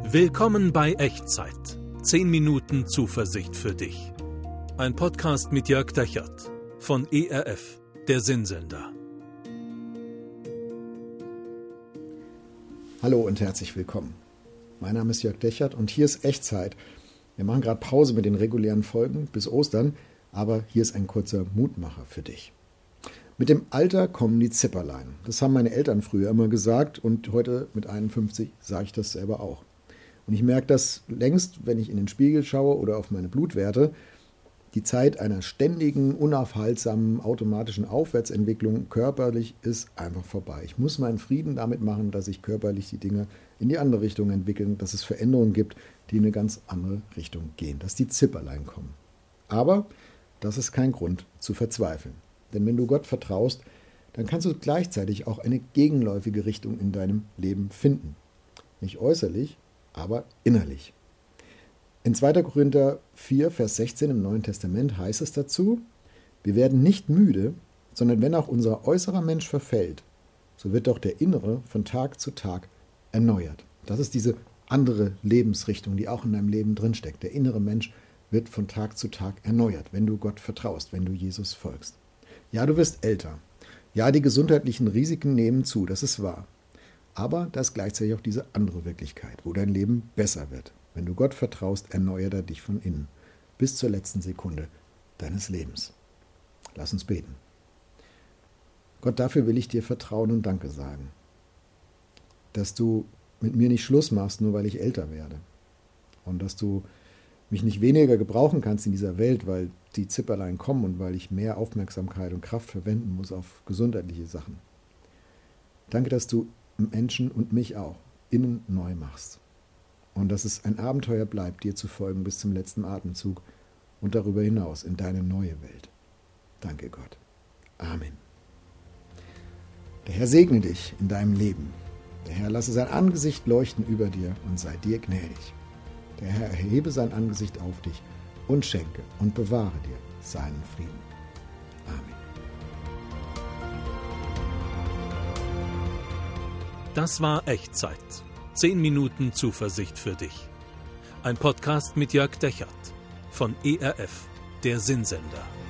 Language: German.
Willkommen bei Echtzeit. 10 Minuten Zuversicht für dich. Ein Podcast mit Jörg Dechert von ERF, der Sinnsender. Hallo und herzlich willkommen. Mein Name ist Jörg Dechert und hier ist Echtzeit. Wir machen gerade Pause mit den regulären Folgen bis Ostern, aber hier ist ein kurzer Mutmacher für dich. Mit dem Alter kommen die Zipperlein. Das haben meine Eltern früher immer gesagt und heute mit 51 sage ich das selber auch. Und ich merke das längst, wenn ich in den Spiegel schaue oder auf meine Blutwerte. Die Zeit einer ständigen, unaufhaltsamen, automatischen Aufwärtsentwicklung körperlich ist einfach vorbei. Ich muss meinen Frieden damit machen, dass sich körperlich die Dinge in die andere Richtung entwickeln, dass es Veränderungen gibt, die in eine ganz andere Richtung gehen, dass die Zipperlein kommen. Aber das ist kein Grund zu verzweifeln. Denn wenn du Gott vertraust, dann kannst du gleichzeitig auch eine gegenläufige Richtung in deinem Leben finden. Nicht äußerlich, aber innerlich. In 2. Korinther 4, Vers 16 im Neuen Testament heißt es dazu: Wir werden nicht müde, sondern wenn auch unser äußerer Mensch verfällt, so wird doch der innere von Tag zu Tag erneuert. Das ist diese andere Lebensrichtung, die auch in deinem Leben drinsteckt. Der innere Mensch wird von Tag zu Tag erneuert, wenn du Gott vertraust, wenn du Jesus folgst. Ja, du wirst älter. Ja, die gesundheitlichen Risiken nehmen zu, das ist wahr. Aber da ist gleichzeitig auch diese andere Wirklichkeit, wo dein Leben besser wird. Wenn du Gott vertraust, erneuert er dich von innen, bis zur letzten Sekunde deines Lebens. Lass uns beten. Gott, dafür will ich dir vertrauen und Danke sagen, dass du mit mir nicht Schluss machst, nur weil ich älter werde. Und dass du mich nicht weniger gebrauchen kannst in dieser Welt, weil die Zipperlein kommen und weil ich mehr Aufmerksamkeit und Kraft verwenden muss auf gesundheitliche Sachen. Danke, dass du Menschen und mich auch innen neu machst. Und dass es ein Abenteuer bleibt, dir zu folgen bis zum letzten Atemzug und darüber hinaus in deine neue Welt. Danke, Gott. Amen. Der Herr segne dich in deinem Leben. Der Herr lasse sein Angesicht leuchten über dir und sei dir gnädig. Der Herr erhebe sein Angesicht auf dich und schenke und bewahre dir seinen Frieden. Amen. Das war Echtzeit. 10 Minuten Zuversicht für dich. Ein Podcast mit Jörg Dechert von ERF, der Sinnsender.